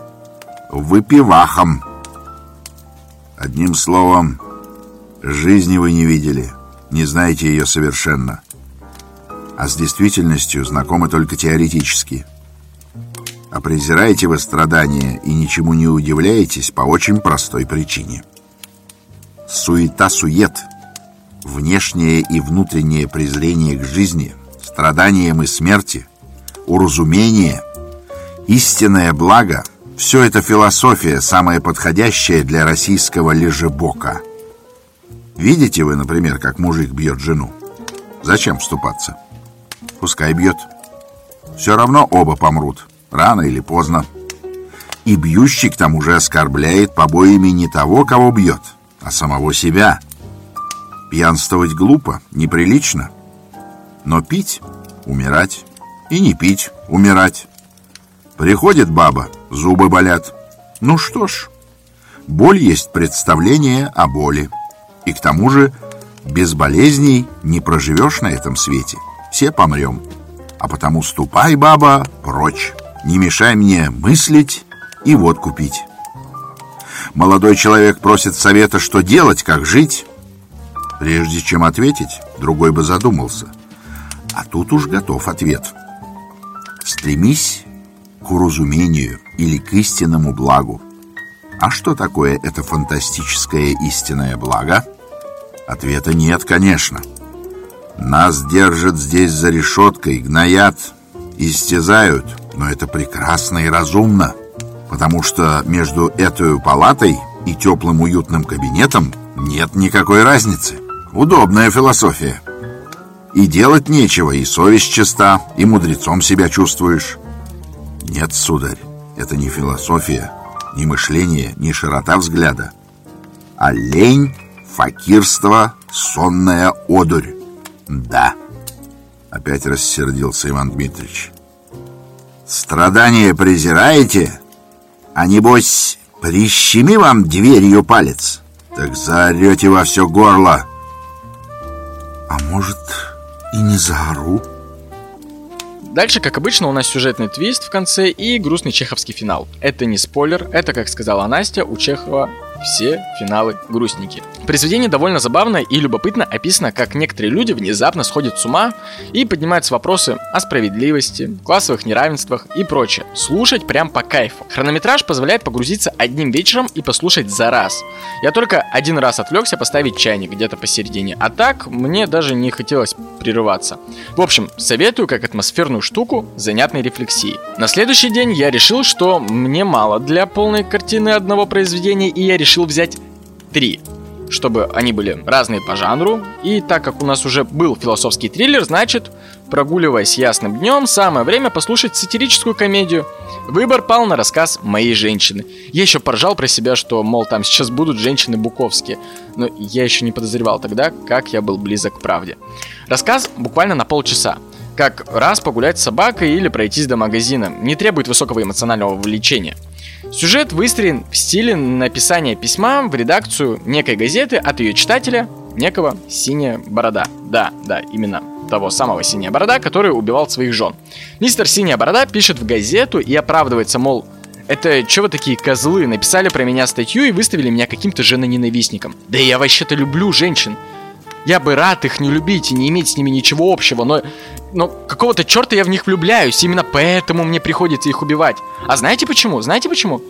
Выпивахом. Одним словом, жизни вы не видели, не знаете ее совершенно, а с действительностью знакомы только теоретически. А презираете вы страдания и ничему не удивляетесь по очень простой причине. Суета-сует, внешнее и внутреннее презрение к жизни, страданиям и смерти, уразумение, истинное благо — все это философия, самая подходящая для российского лежебока. Видите вы, например, как мужик бьет жену? Зачем вступаться? Пускай бьет. Все равно оба помрут, рано или поздно. И бьющий к тому же оскорбляет побоями не того, кого бьет, а самого себя. Пьянствовать глупо, неприлично. Но пить — умирать. И не пить — умирать. Приходит баба, зубы болят. Ну что ж, боль есть представление о боли. И к тому же без болезней не проживешь на этом свете. Все помрем. А потому ступай, баба, прочь. Не мешай мне мыслить и водку пить. Молодой человек просит совета, что делать, как жить. Прежде чем ответить, другой бы задумался. А тут уж готов ответ. Стремись к уразумению или к истинному благу. А что такое это фантастическое истинное благо? Ответа нет, конечно. Нас держат здесь за решеткой, гноят, истязают, но это прекрасно и разумно, потому что между этой палатой и теплым уютным кабинетом нет никакой разницы. Удобная философия. И делать нечего, и совесть чиста, и мудрецом себя чувствуешь. Нет, сударь, это не философия, не мышление, не широта взгляда, а лень, факирство, сонная одурь. Да, опять рассердился Иван Дмитрич. Страдания презираете? А небось, прищеми вам дверью палец, так заорете во все горло. А может, и не заору? Дальше, как обычно, у нас сюжетный твист в конце и грустный чеховский финал. Это не спойлер, это, как сказала Настя, у Чехова все финалы грустненькие. В произведении довольно забавно и любопытно описано, как некоторые люди внезапно сходят с ума и поднимаются вопросы о справедливости, классовых неравенствах и прочее. Слушать прям по кайфу. Хронометраж позволяет погрузиться одним вечером и послушать за раз. Я только один раз отвлекся поставить чайник где-то посередине, а так мне даже не хотелось прерываться. В общем, советую как атмосферную штуку занятной рефлексии. На следующий день я решил, что мне мало для полной картины одного произведения, и я решил взять 3, чтобы они были разные по жанру. И так как у нас уже был философский триллер, значит, прогуливаясь ясным днем, самое время послушать сатирическую комедию. Выбор пал на рассказ «Моей женщины». Я еще поржал про себя, что, мол, там сейчас будут женщины буковские. Но я еще не подозревал тогда, как я был близок к правде. Рассказ буквально на полчаса. Как раз погулять с собакой или пройтись до магазина. Не требует высокого эмоционального вовлечения. Сюжет выстроен в стиле написания письма в редакцию некой газеты от ее читателя, некого Синяя Борода. Да, именно того самого Синяя Борода, который убивал своих жен. Мистер Синяя Борода пишет в газету и оправдывается, мол, это чё вы такие козлы, написали про меня статью и выставили меня каким-то женоненавистником. Да я вообще-то люблю женщин. Я бы рад их не любить и не иметь с ними ничего общего, но какого-то черта я в них влюбляюсь, именно поэтому мне приходится их убивать. А знаете почему?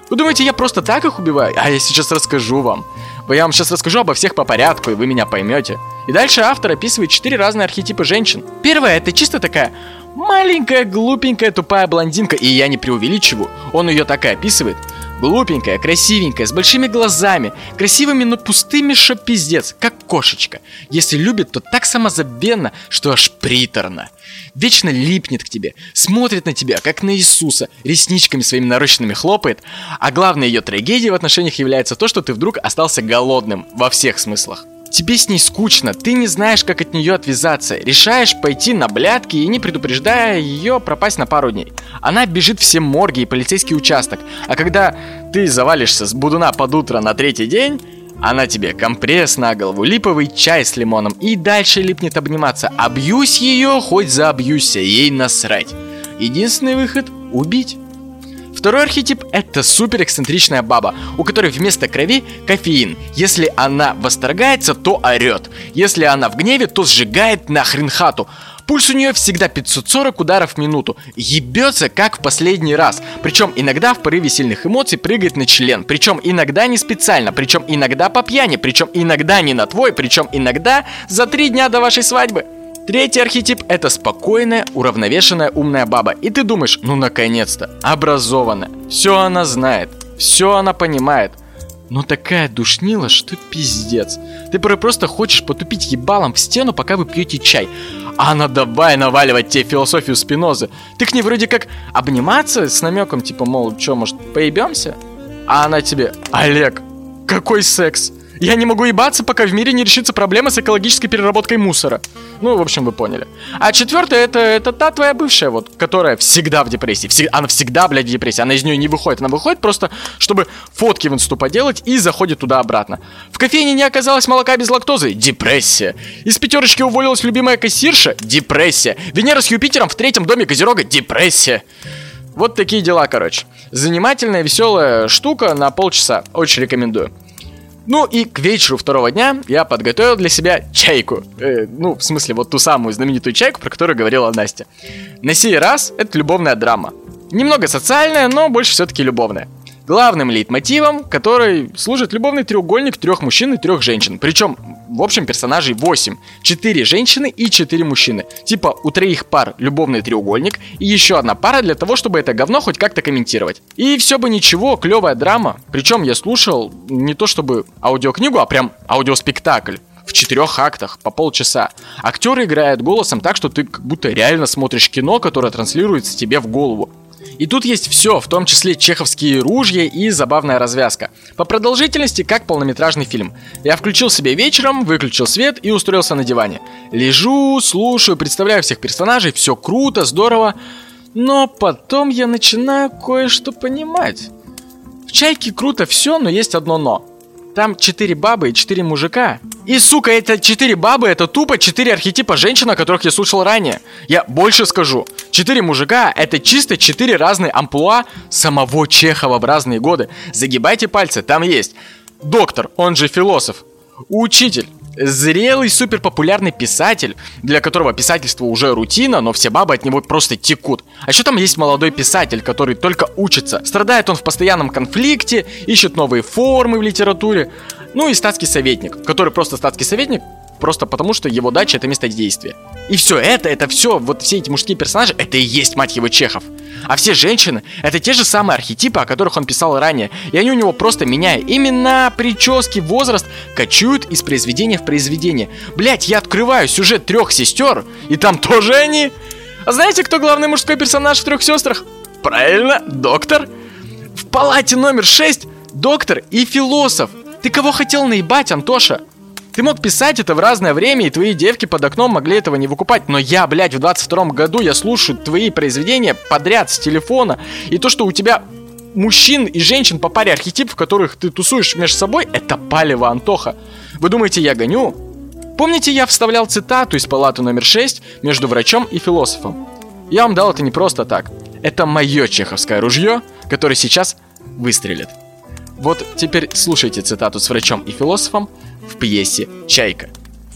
Вы думаете, я просто так их убиваю? А я сейчас расскажу вам. Я вам сейчас расскажу обо всех по порядку, и вы меня поймете. И дальше автор описывает 4 разные архетипа женщин. Первая — это чисто такая маленькая, глупенькая, тупая блондинка. И я не преувеличиваю, он ее так и описывает. Глупенькая, красивенькая, с большими глазами, красивыми, но пустыми, шо пиздец, как кошечка. Если любит, то так самозабвенно, что аж приторно. Вечно липнет к тебе, смотрит на тебя, как на Иисуса, ресничками своими нарощенными хлопает. А главной ее трагедией в отношениях является то, что ты вдруг остался голодным во всех смыслах. Тебе с ней скучно, ты не знаешь, как от нее отвязаться. Решаешь пойти на блядки и, не предупреждая ее, пропасть на пару дней. Она бежит все морги и полицейский участок. А когда ты завалишься с будуна под утро на 3-й день, она тебе компресс на голову, липовый чай с лимоном и дальше липнет обниматься. Обьюсь ее, хоть заобьюся, ей насрать. Единственный выход — убить. Второй архетип — это суперэксцентричная баба, у которой вместо крови кофеин. Если она восторгается, то орет. Если она в гневе, то сжигает нахрен хату. Пульс у нее всегда 540 ударов в минуту. Ебется как в последний раз. Причем иногда в порыве сильных эмоций прыгает на член. Причем иногда не специально. Причем иногда по пьяни. Причем иногда не на твой. Причем иногда за 3 дня до вашей свадьбы. Третий архетип — это спокойная, уравновешенная, умная баба. И ты думаешь, ну наконец-то, образованная. Все она знает, все она понимает. Но такая душнила, что пиздец. Ты просто хочешь потупить ебалом в стену, пока вы пьете чай. А она давай наваливать тебе философию Спинозы. Ты к ней вроде как обниматься с намеком, типа, мол, что, может, поебемся? А она тебе: Олег, какой секс? Я не могу ебаться, пока в мире не решится проблема с экологической переработкой мусора. Ну, в общем, вы поняли. А четвертое — это та твоя бывшая, вот, которая всегда в депрессии. Она всегда, блядь, в депрессии. Она из нее не выходит. Она выходит просто, чтобы фотки в инсту поделать, и заходит туда-обратно. В кофейне не оказалось молока без лактозы — депрессия. Из 5 уволилась любимая кассирша — депрессия. Венера с Юпитером в 3-м доме Козерога — депрессия. Вот такие дела, короче. Занимательная, веселая штука на полчаса. Очень рекомендую. Ну и к вечеру второго дня я подготовил для себя чайку. Ну, в смысле, вот ту самую знаменитую чайку, про которую говорила Настя. На сей раз это любовная драма. Немного социальная, но больше все-таки любовная. Главным лейтмотивом, который служит любовный треугольник 3 мужчин и 3 женщин. Причем, в общем, персонажей 8. 4 женщины и 4 мужчины. Типа у 3 пар любовный треугольник и еще одна пара для того, чтобы это говно хоть как-то комментировать. И все бы ничего, клевая драма. Причем я слушал не то чтобы аудиокнигу, а прям аудиоспектакль. В 4 актах, по полчаса. Актеры играют голосом так, что ты как будто реально смотришь кино, которое транслируется тебе в голову. И тут есть все, в том числе чеховские ружья и забавная развязка. По продолжительности, как полнометражный фильм. Я включил себе вечером, выключил свет и устроился на диване. Лежу, слушаю, представляю всех персонажей, все круто, здорово. Но потом я начинаю кое-что понимать. В «Чайке» круто все, но есть одно «но». Там 4 бабы и 4 мужика. И, сука, это 4 бабы, это тупо 4 архетипа женщин, о которых я слушал ранее. Я больше скажу. 4 мужика — это чисто 4 разные амплуа самого Чехова в разные годы. Загибайте пальцы, там есть доктор, он же философ, учитель, зрелый суперпопулярный писатель, для которого писательство уже рутина, но все бабы от него просто текут. А еще там есть молодой писатель, который только учится. Страдает он в постоянном конфликте, ищет новые формы в литературе. Ну и статский советник, который просто статский советник, просто потому что его дача — это место действия. И все это все, вот все эти мужские персонажи — это и есть, мать его, Чехов. А все женщины — это те же самые архетипы, о которых он писал ранее. И они у него просто, меняя имена, прически, возраст, кочуют из произведения в произведение. Блять, я открываю сюжет 3 сестер, и там тоже они. А знаете, кто главный мужской персонаж в 3 сестрах? Правильно, доктор. В палате номер 6 доктор и философ. Ты кого хотел наебать, Антоша? Ты мог писать это в разное время, и твои девки под окном могли этого не выкупать. Но я, блядь, в 22-м году я слушаю твои произведения подряд с телефона. И то, что у тебя мужчин и женщин по паре архетипов, которых ты тусуешь между собой, это палево, Антоха. Вы думаете, я гоню? Помните, я вставлял цитату из палаты номер 6 между врачом и философом? Я вам дал это не просто так. Это мое чеховское ружье, которое сейчас выстрелит. Вот теперь слушайте цитату с врачом и философом в пьесе «Чайка».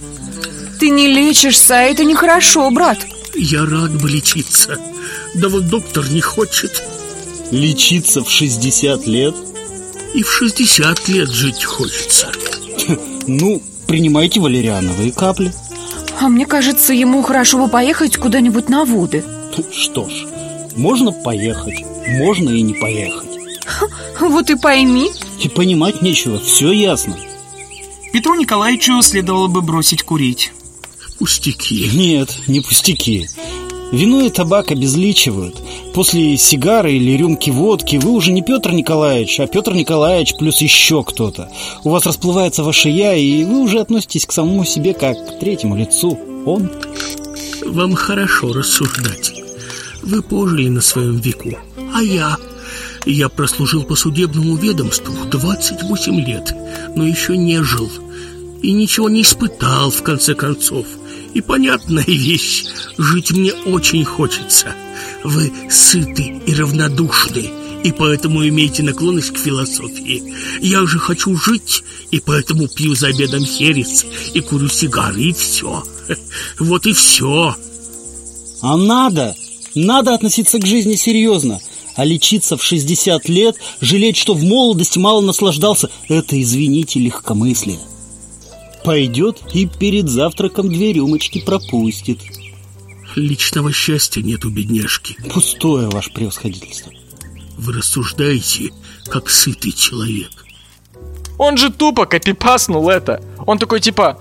Ты не лечишься, а это нехорошо, брат. Я рад бы лечиться, да вот доктор не хочет. Лечиться в 60 лет? И в 60 лет жить хочется. Ну, принимайте валериановые капли. А мне кажется, ему хорошо бы поехать куда-нибудь на воды. Что ж, можно поехать, можно и не поехать. Вот и пойми. И понимать нечего, все ясно. Петру Николаевичу следовало бы бросить курить. Пустяки. Нет, не пустяки. Вино и табак обезличивают. После сигары или рюмки водки вы уже не Петр Николаевич, а Петр Николаевич плюс еще кто-то. У вас расплывается ваше «я», и вы уже относитесь к самому себе как к третьему лицу. Он. Вам хорошо рассуждать. Вы пожили на своем веку. А я прослужил по судебному ведомству 28 лет, но еще не жил. И ничего не испытал, в конце концов. И понятная вещь, жить мне очень хочется. Вы сыты и равнодушны, и поэтому имеете наклонность к философии. Я же хочу жить, и поэтому пью за обедом херес и курю сигары, и все. Вот и все. А надо относиться к жизни серьезно. А лечиться в 60 лет, жалеть, что в молодости мало наслаждался, это, извините, легкомыслие. Пойдет и перед завтраком 2 рюмочки пропустит. Личного счастья нет у бедняжки. Пустое, ваше превосходительство. Вы рассуждаете, как сытый человек. Он же тупо копипаснул это. Он такой типа: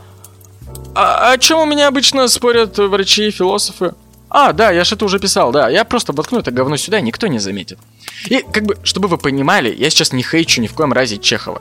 о чем у меня обычно спорят врачи и философы? А, да, я же это уже писал, да. Я просто воткну это говно сюда, и никто не заметит. И как бы, чтобы вы понимали, я сейчас не хейчу ни в коем разе Чехова.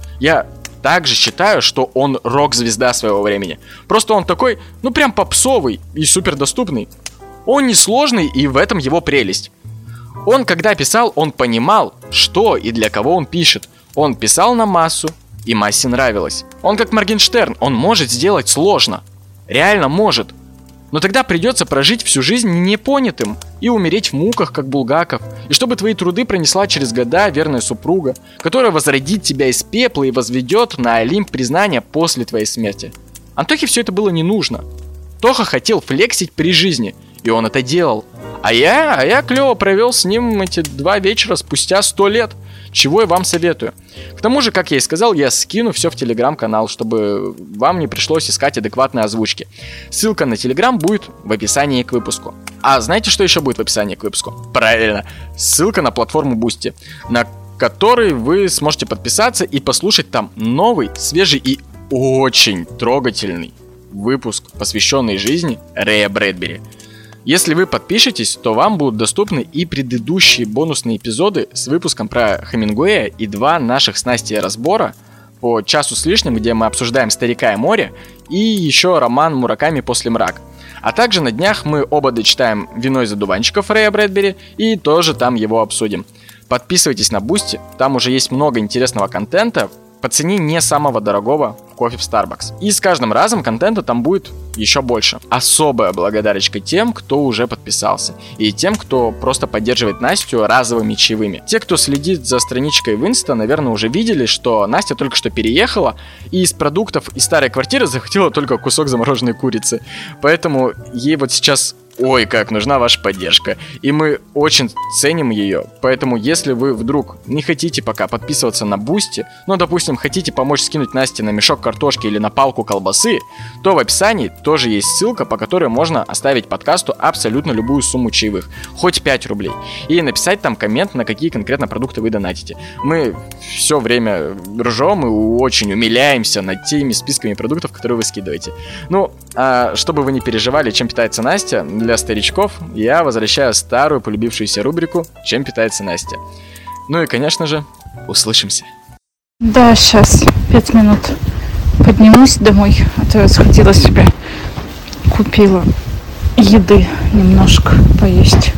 Я также считаю, что он рок-звезда своего времени. Просто он такой, ну прям попсовый и супер доступный. Он несложный, и в этом его прелесть. Он, когда писал, он понимал, что и для кого он пишет. Он писал на массу, и массе нравилось. Он как Моргенштерн, он может сделать сложно. Реально может. Но тогда придется прожить всю жизнь непонятым и умереть в муках, как Булгаков. И чтобы твои труды пронесла через года верная супруга, которая возродит тебя из пепла и возведет на Олимп признания после твоей смерти. Антохе все это было не нужно. Тоха хотел флексить при жизни, и он это делал. А я клево провел с ним эти 2 вечера спустя 100 лет, чего я вам советую. К тому же, как я и сказал, я скину все в телеграм-канал, чтобы вам не пришлось искать адекватные озвучки. Ссылка на телеграм будет в описании к выпуску. А знаете, что еще будет в описании к выпуску? Правильно, ссылка на платформу Boosty, на которой вы сможете подписаться и послушать там новый, свежий и очень трогательный выпуск, посвященный жизни Рэя Брэдбери. Если вы подпишетесь, то вам будут доступны и предыдущие бонусные эпизоды с выпуском про Хемингуэя и 2 наших с Настей разбора по часу с лишним, где мы обсуждаем «Старика и море», и еще роман Мураками «После мрак». А также на днях мы оба дочитаем «Вино из одуванчиков» Рэя Брэдбери и тоже там его обсудим. Подписывайтесь на Boosty, там уже есть много интересного контента по цене не самого дорогого кофе в Starbucks. И с каждым разом контента там будет еще больше. Особая благодарочка тем, кто уже подписался. И тем, кто просто поддерживает Настю разовыми чаевыми. Те, кто следит за страничкой в Инста, наверное, уже видели, что Настя только что переехала, и из продуктов из старой квартиры захватила только кусок замороженной курицы. Поэтому ей вот сейчас... Ой, как нужна ваша поддержка. И мы очень ценим ее. Поэтому, если вы вдруг не хотите пока подписываться на Boosty, но, допустим, хотите помочь скинуть Насте на мешок картошки или на палку колбасы, то в описании тоже есть ссылка, по которой можно оставить подкасту абсолютно любую сумму чаевых. Хоть 5 рублей. И написать там коммент, на какие конкретно продукты вы донатите. Мы все время ржем и очень умиляемся над теми списками продуктов, которые вы скидываете. Ну, а чтобы вы не переживали, чем питается Настя, для старичков я возвращаю старую полюбившуюся рубрику «Чем питается Настя». Ну и, конечно же, услышимся. Да, сейчас, 5 минут. Поднимусь домой, а то я сходила себе, купила еды немножко поесть.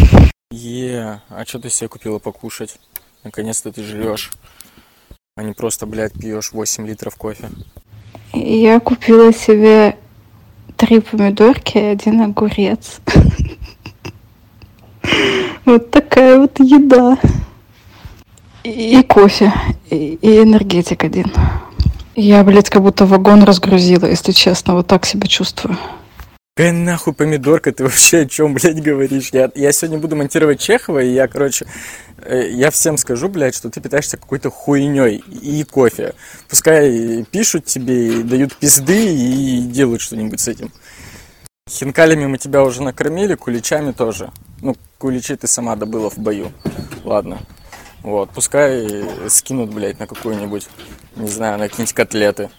А что ты себе купила покушать? Наконец-то ты жрешь, а не просто, блядь, пьешь 8 литров кофе. Я купила себе 3 помидорки и 1 огурец. Вот такая вот еда. И кофе, и энергетик 1. Я, блядь, как будто вагон разгрузила, если честно. Вот так себя чувствую. Какая нахуй помидорка? Ты вообще о чем, блядь, говоришь? Я сегодня буду монтировать Чехова, и я, короче, я всем скажу, блядь, что ты питаешься какой-то хуйней и кофе. Пускай пишут тебе и дают пизды и делают что-нибудь с этим. Хинкалями мы тебя уже накормили, куличами тоже. Ну, куличи ты сама добыла в бою. Ладно. Вот, пускай скинут, блядь, на какую-нибудь, не знаю, на какие-нибудь котлеты.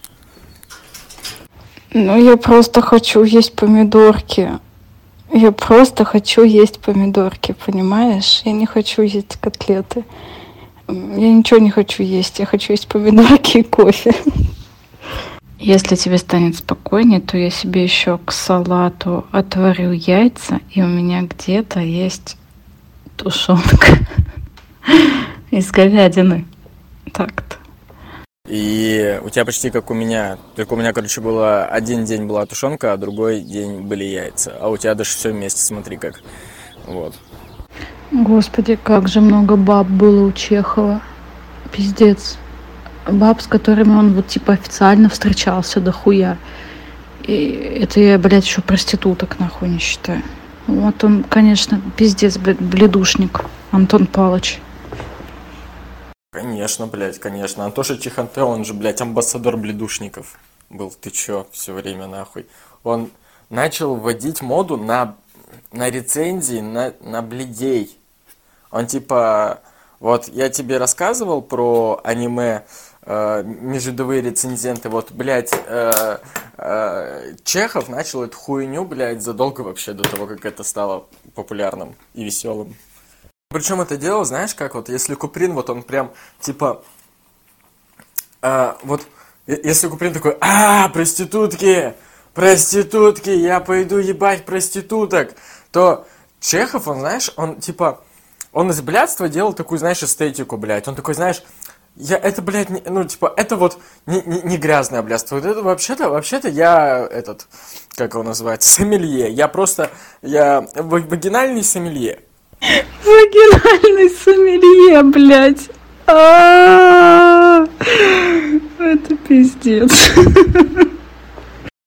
Ну, я просто хочу есть помидорки. Я просто хочу есть помидорки, понимаешь? Я не хочу есть котлеты. Я ничего не хочу есть. Я хочу есть помидорки и кофе. Если тебе станет спокойнее, то я себе еще к салату отварю яйца, и у меня где-то есть тушенка из говядины. Так-то. И у тебя почти как у меня. Только у меня, короче, было один день была тушенка, а другой день были яйца. А у тебя даже все вместе, смотри как. Вот. Господи, как же много баб было у Чехова. Пиздец. Баб, с которыми он вот типа официально встречался дохуя. И это я, блядь, еще проституток нахуй не считаю. Вот он, конечно, пиздец, блядь, бледушник. Антон Палыч. Конечно, блядь, конечно. Антоша Чиханте, он же, блядь, амбассадор бледушников был. Ты чё, все время нахуй. Он начал вводить моду на рецензии на бледей. Он типа... Вот я тебе рассказывал про аниме межвидовые рецензенты. Вот, блядь, Чехов начал эту хуйню, блядь, задолго вообще до того, как это стало популярным и веселым. Причем это делал, знаешь, как вот, если Куприн, вот он прям, типа, вот, если Куприн такой, проститутки, я пойду ебать проституток, то Чехов, он, знаешь, он, типа, он из блядства делал такую, знаешь, эстетику, блядь, он такой, знаешь, это, блядь, ну, типа, это вот не грязное блядство, вот это вообще-то я, как его называется, сомелье, я вагинальный сомелье. Вагинальный сомелье, блядь. Это пиздец.